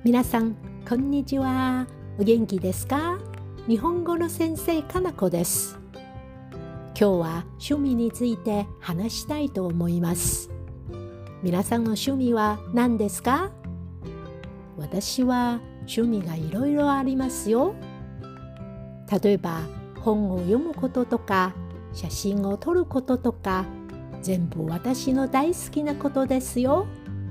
皆さん、こんにちは。お元気ですか？日本語の先生、かなこです。今日は趣味について話したいと思います。皆さんの趣味は何ですか？私は趣味がいろいろありますよ。例えば、本を読むこととか、写真を撮ることとか、全部私の大好きなことですよ。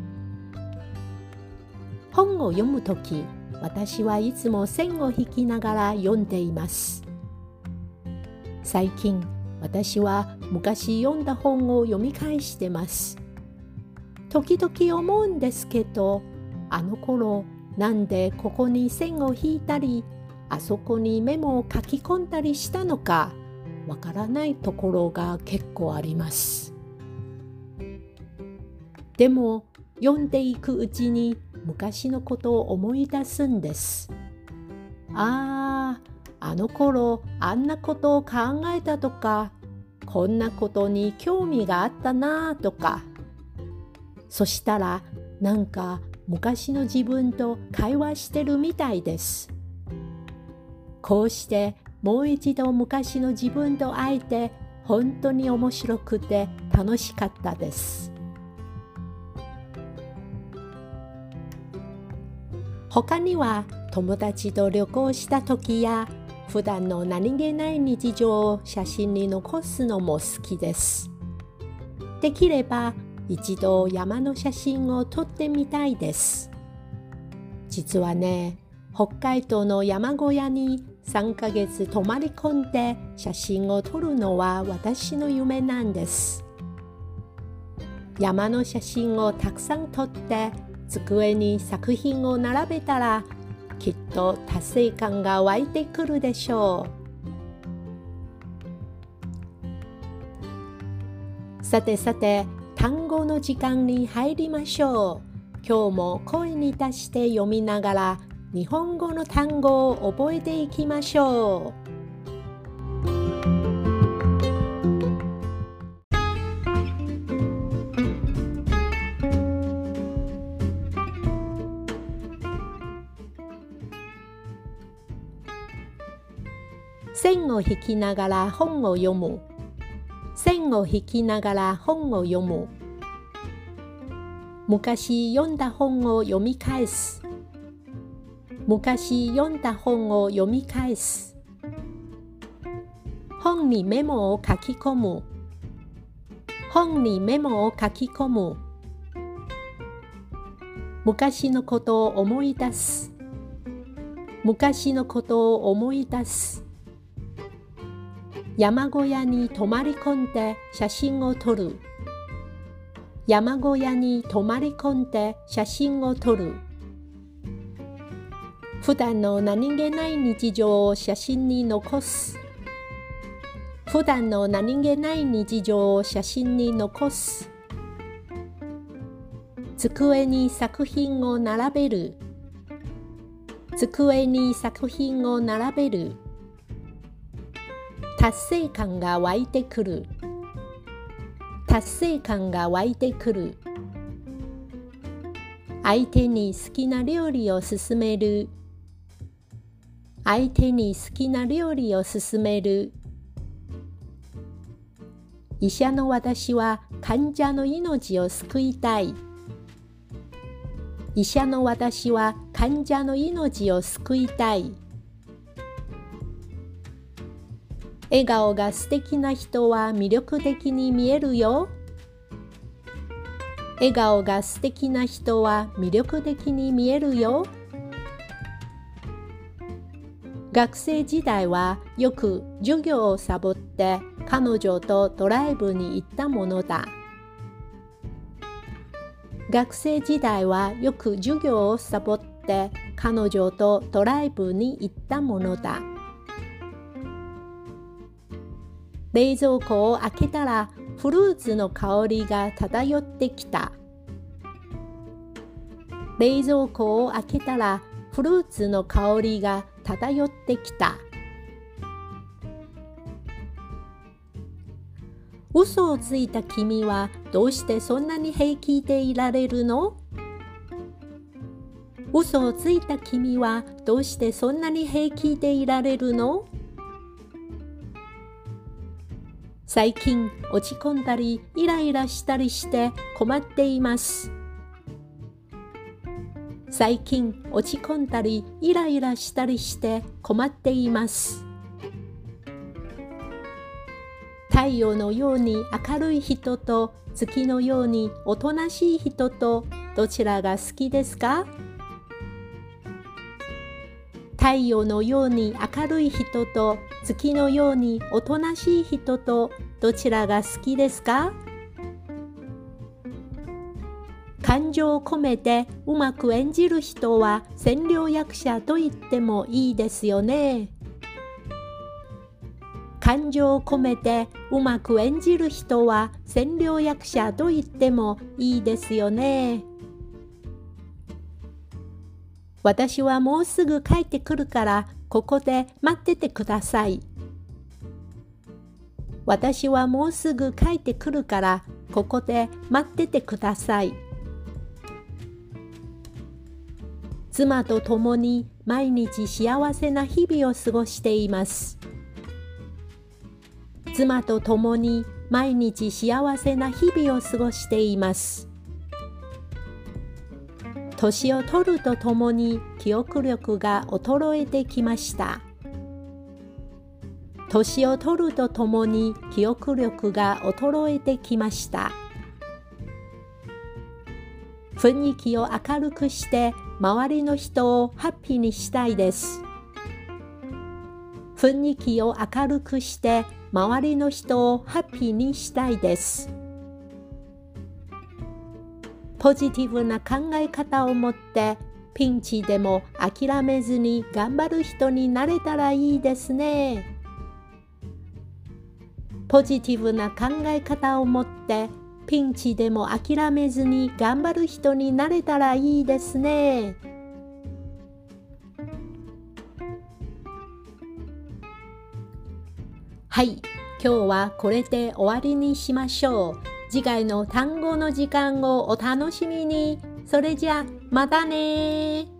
本を読むとき、私はいつも線を引きながら読んでいます。最近、私は昔読んだ本を読み返してます。時々思うんですけど、あの頃、なんでここに線を引いたり、あそこにメモを書き込んだりしたのか、わからないところが結構あります。でも、読んでいくうちに昔のことを思い出すんです。あの頃あんなことを考えたとか、こんなことに興味があったなとか。そしたらなんか昔の自分と会話してるみたいです。こうしてもう一度昔の自分と会えて本当に面白くて楽しかったです。他には友達と旅行した時や普段の何気ない日常を写真に残すのも好きです。できれば一度山の写真を撮ってみたいです。実はね、北海道の山小屋に3ヶ月泊まり込んで写真を撮るのは私の夢なんです。山の写真をたくさん撮って机に作品を並べたらきっと達成感が湧いてくるでしょう。さてさて、単語の時間に入りましょう。今日も声に出して読みながら日本語の単語を覚えていきましょう。線を引きながら本を読む。線を引きながら本を読む。昔読んだ本を読み返す。昔読んだ本を読み返す。本にメモを書き込む。本にメモを書き込む。昔のことを思い出す。昔のことを思い出す。山小屋に泊まり込んで写真を撮る。山小屋に泊まり込んで写真を撮る。普段の何気ない日常を写真に残す。普段の何気ない日常を写真に残す。机に作品を並べる。机に作品を並べる。達成感が湧いてくる。達成感が湧いてくる。相手に好きな料理を勧める。相手に好きな料理を勧める。医者の私は患者の命を救いたい。医者の私は患者の命を救いたい。笑顔が素敵な人は魅力的に見えるよ。笑顔が素敵な人は魅力的に見えるよ。学生時代はよく授業をサボって彼女とドライブに行ったものだ。学生時代はよく授業をサボって彼女とドライブに行ったものだ。冷蔵庫を開けたらフルーツの香りが漂ってきた。冷蔵庫を開けたらフルーツの香りが漂ってきた。嘘をついた君はどうしてそんなに平気でいられるの？ 嘘をついた君はどうしてそんなに平気でいられるの？最近落ち込んだりイライラしたりして困っています。最近落ち込んだりイライラしたりして困っています。太陽のように明るい人と月のようにおとなしい人とどちらが好きですか？太陽のように明るい人と月のようにおとなしい人とどちらが好きですか？感情を込めてうまく演じる人は千両役者と言ってもいいですよね。感情を込めてうまく演じる人は千両役者と言ってもいいですよね。私はもうすぐ帰ってくるからここで待っててください。私はもうすぐ帰ってくるからここで待っててください。妻と共に毎日幸せな日々を過ごしています。妻と共に毎日幸せな日々を過ごしています。年を取るとともに記憶力が衰えてきました。年を取るとともに記憶力が衰えてきました。雰囲気を明るくして周りの人をハッピーにしたいです。雰囲気を明るくして周りの人をハッピーにしたいです。ポジティブな考え方を持ってピンチでも諦めずに頑張る人になれたらいいですね。ポジティブな考え方を持ってピンチでも諦めずに頑張る人になれたらいいですね。はい、今日はこれで終わりにしましょう。次回の単語の時間をお楽しみに。それじゃあまたね。